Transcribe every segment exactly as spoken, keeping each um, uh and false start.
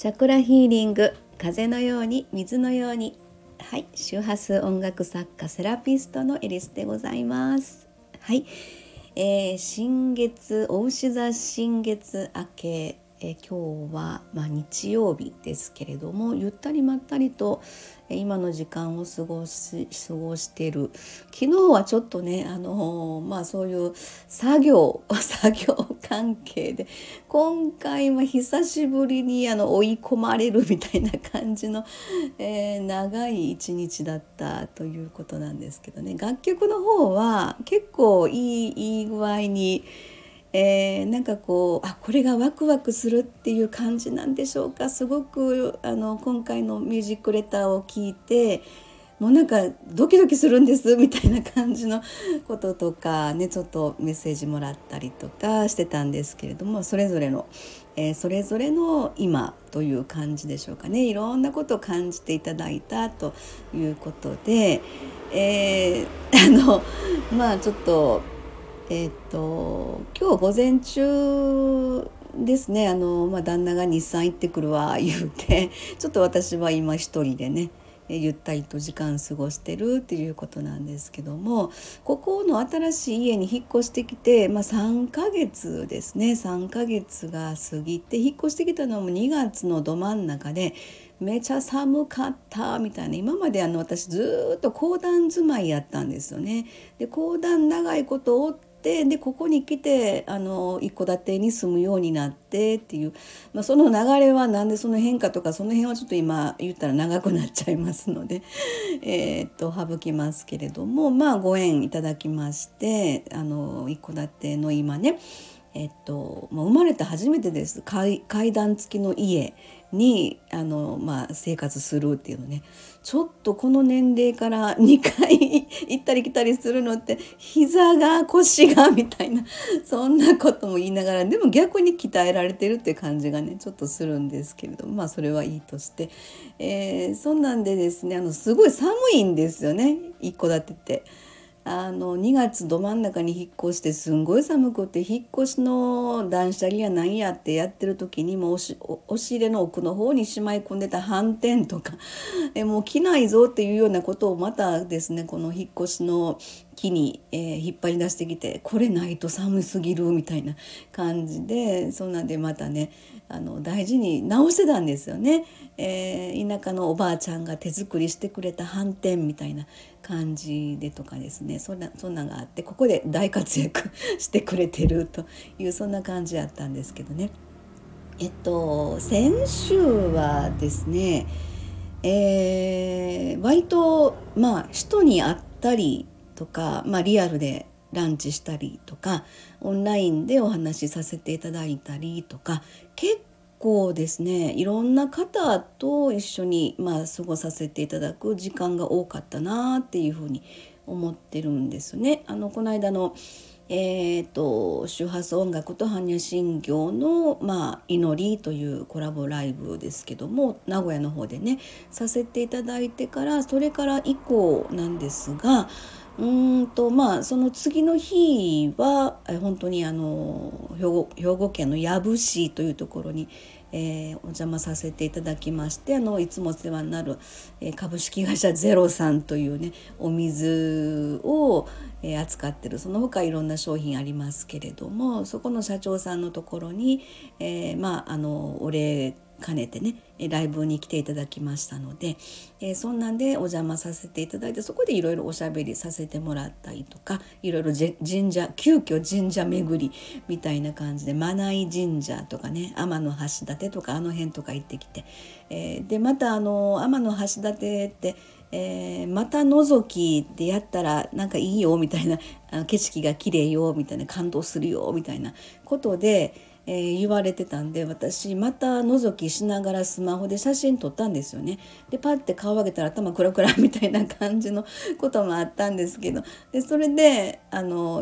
チャクラヒーリング、風のように水のように。はい、周波数音楽作家セラピストのエリスでございます。はい、えー、新月お牛座新月明け、えー、今日は、まあ、日曜日ですけれども、ゆったりまったりと、えー、今の時間を過ごし過ごしている。昨日はちょっとね、あのー、まあそういう作業作業関係で、今回は久しぶりにあの追い込まれるみたいな感じの、えー、長い一日だったということなんですけどね。楽曲の方は結構いい、いい具合に、えー、なんかこうあこれがワクワクするっていう感じなんでしょうか。すごくあの今回のミュージックレターを聞いて、もうなんかドキドキするんですみたいな感じのこととかね、ちょっとメッセージもらったりとかしてたんですけれども、それぞれの、えー、それぞれの今という感じでしょうかね。いろんなことを感じていただいたということで、えー、あのまあちょっとえっと今日午前中ですね、あの、まあ、旦那が日産行ってくるわ言うて、ちょっと私は今一人でねゆったりと時間過ごしてるっていうことなんですけども、ここの新しい家に引っ越してきて、まあ、さんかげつですね。さんかげつが過ぎて、引っ越してきたのもにがつのど真ん中で、めちゃ寒かったみたいな。今まであの私ずっと公団住まいやったんですよね。で公団長いことおってでここに来てあの一戸建てに住むようになってっていう、まあ、その流れはなんでその変化とかその辺はちょっと今言ったら長くなっちゃいますのでえーっと省きますけれども、まあご縁いただきまして、あの一戸建ての今ね、えっと、生まれて初めてです。階、階段付きの家にあの、まあ、生活するっていうのね。ちょっとこの年齢からにかい行ったり来たりするのって膝が腰がみたいな、そんなことも言いながら、でも逆に鍛えられてるって感じがねちょっとするんですけれども、まあそれはいいとして、えー、そんなんでですね、あのすごい寒いんですよね、一戸建てって。あのにがつど真ん中に引っ越してすんごい寒くて、引っ越しの断捨離やなんやってやってる時にもう押し押し入れの奥の方にしまい込んでた斑点とかえもう着ないぞっていうようなことをまたですね、この引っ越しの木に、えー引っ張り出してきて、これないと寒すぎるみたいな感じで、そんなんでまたねあの大事に直してたんですよね。えー田舎のおばあちゃんが手作りしてくれた斑点みたいな感じでとかですね、そんなそんなのがあって、ここで大活躍してくれてるというそんな感じやったんですけどね。えっと先週はですね、えー割とまあ人に会ったりとか、まあ、リアルでランチしたりとか、オンラインでお話しさせていただいたりとか、結構ですねいろんな方と一緒に、まあ、過ごさせていただく時間が多かったなっていうふうに思ってるんですね。あのこの間のえー、と周波数音楽と般若心経の、まあ、祈りというコラボライブですけども、名古屋の方でねさせていただいてから、それから以降なんですが、うーんとまあその次の日はえ本当にあの兵庫、兵庫県の養父市というところに、えーお邪魔させていただきまして、あのいつもお世話になる、えー株式会社ゼロさんというねお水を、えー扱ってる、その他いろんな商品ありますけれども、そこの社長さんのところに、えーまああのお礼兼ねてねライブに来ていただきましたので、えーそんなんでお邪魔させていただいて、そこでいろいろおしゃべりさせてもらったりとか、いろいろじ神社急遽神社巡りみたいな感じで、真名井神社とかね、天橋立とかあの辺とか行ってきて、えーでまたあの天橋立って、えーまた覗きでやったらなんかいいよみたいな、あの景色が綺麗よみたいな、感動するよみたいなことで、えー言われてたんで、私また覗きしながらスマホで写真撮ったんですよね。でパッて顔上げたら頭クラクラみたいな感じのこともあったんですけど、でそれであの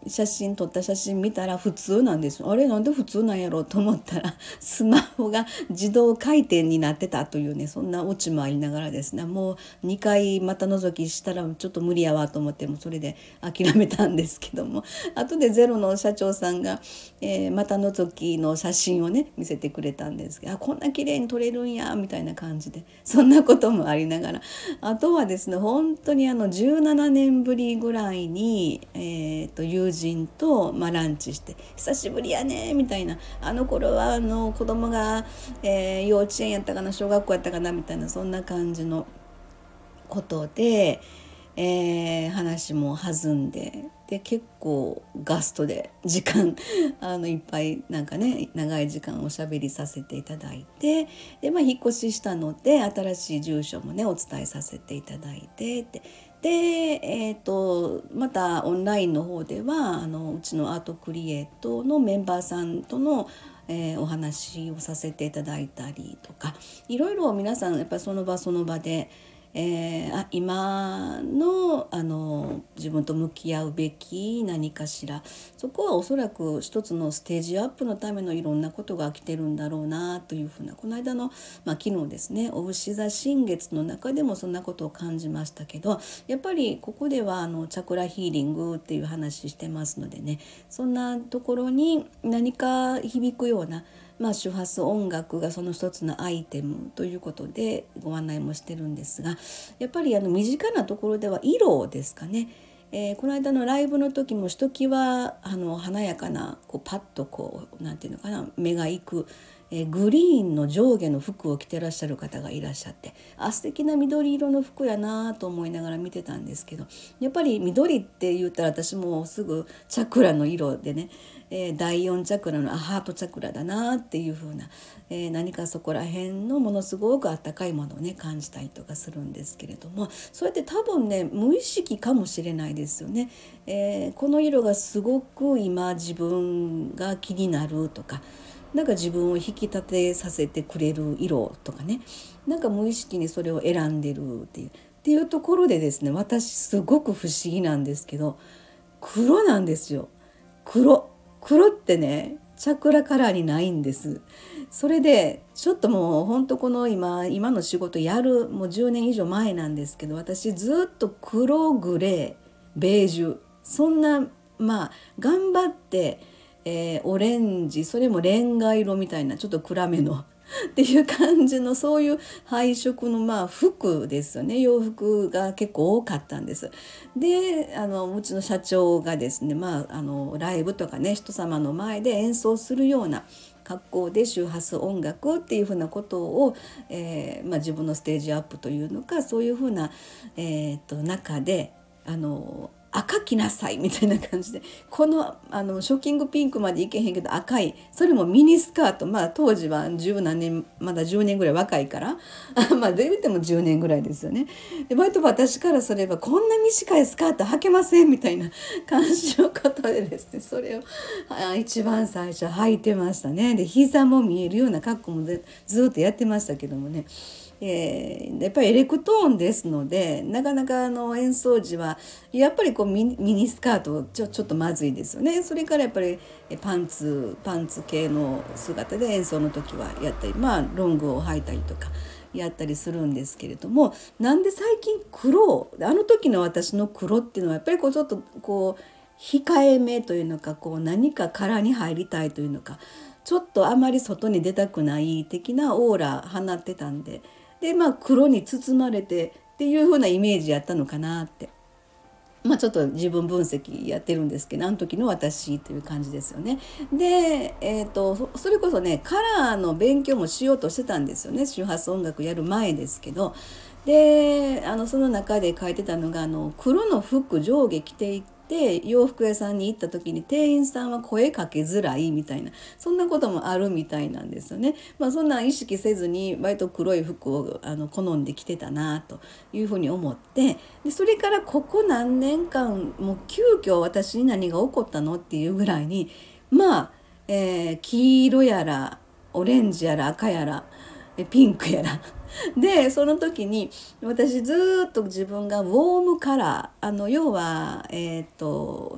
写真撮った写真見たら普通なんですよ。あれなんで普通なんやろうと思ったらスマホが自動回転になってたというね、そんなオチもありながらですね、もうにかい股覗きしたらちょっと無理やわと思ってもそれで諦めたんですけども、後でゼロの社長さんが、えー、股覗きの写真をね見せてくれたんですけど、あこんな綺麗に撮れるんやみたいな感じで、そんなこともありながら、あとはですね本当にあのじゅうななねんぶりぐらいに、えー、と友人と、まあ、ランチして久しぶりやねみたいな、あの頃はあの子供が、えー、幼稚園やったかな小学校やったかなみたいな、そんな感じのことで、えー、話も弾んで、で結構ガストで時間あのいっぱいなんかね長い時間おしゃべりさせていただいて、で、まあ、引っ越ししたので新しい住所もねお伝えさせていただいてってで、えー、とまたオンラインの方ではあのうちのアートクリエイトのメンバーさんとの、えー、お話をさせていただいたりとか、いろいろ皆さんやっぱりその場その場でえー、あ今の、あの自分と向き合うべき何かしら、そこはおそらく一つのステージアップのためのいろんなことが起きてるんだろうなというふうな、この間の、まあ、昨日ですねお牛座新月の中でもそんなことを感じましたけど、やっぱりここではあのチャクラヒーリングっていう話してますのでね、そんなところに何か響くような、まあ、周波数音楽がその一つのアイテムということでご案内もしてるんですが、やっぱりあの身近なところでは色ですかね。えー、この間のライブの時もひときわあの華やかなこうパッとこうなんていうのかな目がいく、えー、グリーンの上下の服を着てらっしゃる方がいらっしゃって、あ素敵な緑色の服やなと思いながら見てたんですけど、やっぱり緑って言ったら私もすぐチャクラの色でね、えー、だいよんチャクラのアハートチャクラだなっていう風な、えー、何かそこら辺のものすごくあったかいものをね感じたりとかするんですけれども、それって多分ね無意識かもしれないですよね。えー、この色がすごく今自分が気になるとか、なんか自分を引き立てさせてくれる色とかね、なんか無意識にそれを選んでるっていうっていうところでですね、私すごく不思議なんですけど黒なんですよ。黒黒ってねチャクラカラーにないんです。それでちょっともう本当この今今の仕事やるもうじゅうねん以上前なんですけど、私ずっと黒グレーベージュそんなまあ頑張って、えー、オレンジそれもレンガ色みたいなちょっと暗めのっていう感じのそういう配色のまあ服ですよね。洋服が結構多かったんです。であのうちの社長がですね、まあ、あのライブとかね人様の前で演奏するような格好で周波数音楽っていうふうなことを、えーまあ、自分のステージアップというのかそういうふうな、えー、と中であの赤着なさいみたいな感じで、この、あのショッキングピンクまでいけへんけど赤いそれもミニスカート、まあ当時は十何年まだじゅうねんぐらい若いからまあで見てもじゅうねんぐらいですよね。で割と私からすればこんな短いスカート履けませんみたいな感じのことでですね、それを一番最初履いてましたね。で膝も見えるような格好もずずっとやってましたけどもね、えー、やっぱりエレクトーンですのでなかなかあの演奏時はやっぱりこうミニ、ミニスカートちょ、ちょっとまずいですよね。それからやっぱりパンツパンツ系の姿で演奏の時はやったり、まあロングを履いたりとかやったりするんですけれども、なんで最近黒あの時の私の黒っていうのはやっぱりこうちょっとこう控えめというのかこう何か殻に入りたいというのかちょっとあまり外に出たくない的なオーラ放ってたんで、でまあ黒に包まれてっていう風なイメージやったのかなって、まあちょっと自分分析やってるんですけどあの時の私という感じですよね。で、えーと、それこそねカラーの勉強もしようとしてたんですよね、周波数音楽やる前ですけど。であのその中で書いてたのがあの黒の服上下着ていってで洋服屋さんに行った時に店員さんは声かけづらいみたいなそんなこともあるみたいなんですよね。まあそんなん意識せずに割と黒い服をあの好んで着てたなというふうに思って、でそれからここ何年間もう急遽私に何が起こったのっていうぐらいにまあ、えー、黄色やらオレンジやら赤やらピンクやらでその時に私ずっと自分がウォームカラーあの要はえっ、と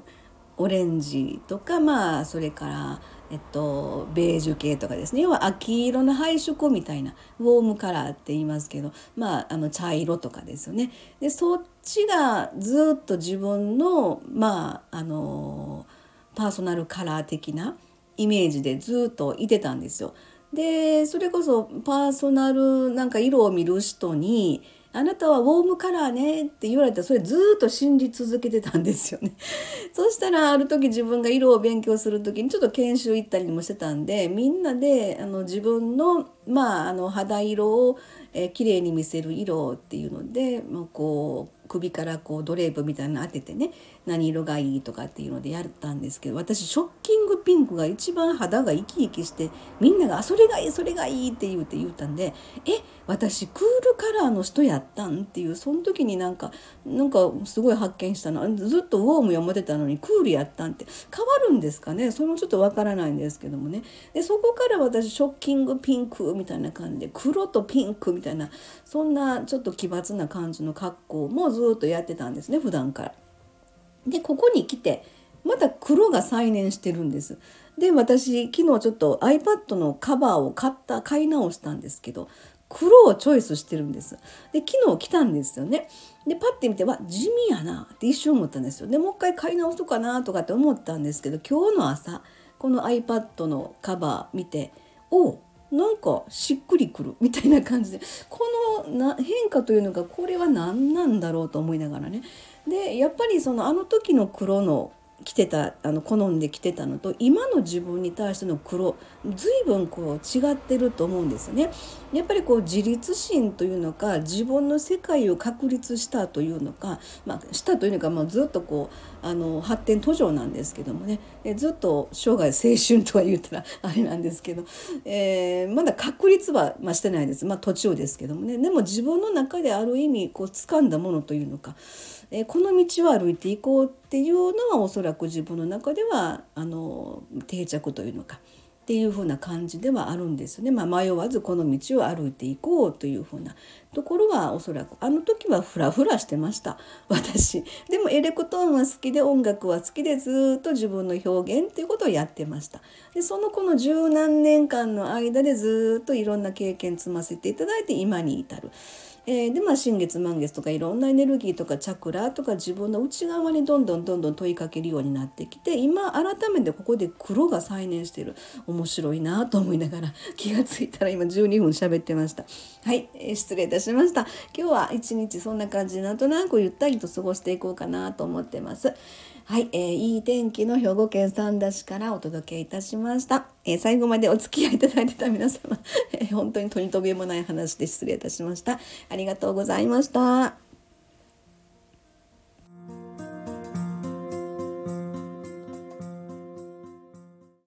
オレンジとか、まあそれからえっと、ベージュ系とかですね、要は秋色の配色みたいなウォームカラーって言いますけど、まあ、あの茶色とかですよね。でそっちがずっと自分の、まあ、あのパーソナルカラー的なイメージでずっといてたんですよ。でそれこそパーソナルなんか色を見る人に「あなたはウォームカラーね」って言われたらそれずっと信じ続けてたんですよね。そしたらある時自分が色を勉強する時にちょっと研修行ったりもしてたんで、みんなであの自分の,、まあ、あの肌色を、えー、綺麗に見せる色っていうので、まあ、こう首からこうドレープみたいなの当ててね、何色がいいとかっていうのでやったんですけど、私ショッキングピンクが一番肌が生き生きして、みんなが「あそれがいいそれがいい」って言うて言うたんで「え私クールカラーの人やったん?」っていう、その時になんかなんかすごい発見したの。ずっとウォーム読まれてたのにクールやったんって変わるんですかね。それもちょっとわからないんですけどもね。でそこから私ショッキングピンクみたいな感じで、黒とピンクみたいな、そんなちょっと奇抜な感じの格好もずっとやってたんですね、普段から。でここに来てまた黒が再燃してるんです。で私昨日ちょっと iPad のカバーを買った買い直したんですけど、黒をチョイスしてるんです。で昨日来たんですよね。でパッて見て、わ地味やなって一瞬思ったんですよ。でもう一回買い直そうかなとかって思ったんですけど、今日の朝この iPad のカバー見て、おなんかしっくりくるみたいな感じで、このな変化というのがこれは何なんだろうと思いながらね。でやっぱりそのあの時の黒の着てたあの好んで着てたのと今の自分に対しての黒、随分こう違ってると思うんですね。やっぱりこう自立心というのか、自分の世界を確立したというのか、まあ、したというのか、まあ、ずっとこうあの発展途上なんですけどもね、えずっと生涯青春とは言ったらあれなんですけど、えー、まだ確立は、まあ、してないです。まあ途中ですけどもね。でも自分の中である意味こう掴んだものというのか、えー、この道を歩いていこうっていうのはおそらく自分の中ではあの定着というのかっていう風な感じではあるんですね。まあ、迷わずこの道を歩いていこうという風なところはおそらくあの時はフラフラしてました私。でもエレクトーンは好きで音楽は好きでずっと自分の表現っていうことをやってました。でそのこの十何年間の間でずっといろんな経験積ませていただいて今に至る。えー、でまあ新月満月とかいろんなエネルギーとかチャクラとか自分の内側にどんどんどんどん問いかけるようになってきて、今改めてここで黒が再燃してる、面白いなと思いながら気がついたら今じゅうにふん喋ってました。はい、えー、失礼いたしました。今日は一日そんな感じでなんとなくゆったりと過ごしていこうかなと思ってます。はい、えー、いい天気の兵庫県三田市からお届けいたしました。えー、最後までお付き合いいただいてた皆様、えー、本当に取り留めもない話で失礼いたしました。ありがとうございました。